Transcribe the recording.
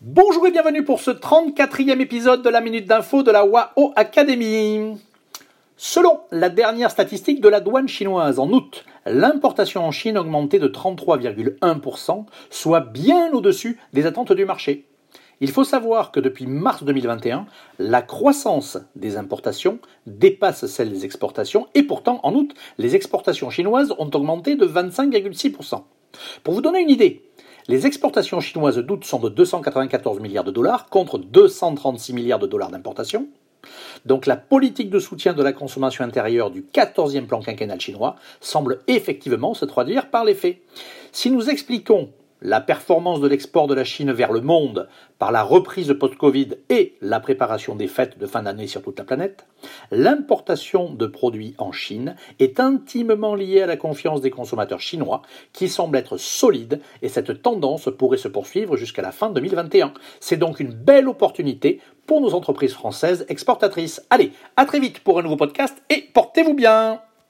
Bonjour et bienvenue pour ce 34e épisode de la Minute d'Info de la WAO Academy. Selon la dernière statistique de la douane chinoise, en août, l'importation en Chine a augmenté de 33,1%, soit bien au-dessus des attentes du marché. Il faut savoir que depuis mars 2021, la croissance des importations dépasse celle des exportations et pourtant, en août, les exportations chinoises ont augmenté de 25,6%. Pour vous donner une idée, les exportations chinoises d'août sont de 294 milliards de dollars contre 236 milliards de dollars d'importation. Donc la politique de soutien de la consommation intérieure du 14e plan quinquennal chinois semble effectivement se traduire par les faits. Si nous expliquons la performance de l'export de la Chine vers le monde par la reprise post-Covid et la préparation des fêtes de fin d'année sur toute la planète, l'importation de produits en Chine est intimement liée à la confiance des consommateurs chinois qui semble être solide et cette tendance pourrait se poursuivre jusqu'à la fin 2021. C'est donc une belle opportunité pour nos entreprises françaises exportatrices. Allez, à très vite pour un nouveau podcast et portez-vous bien!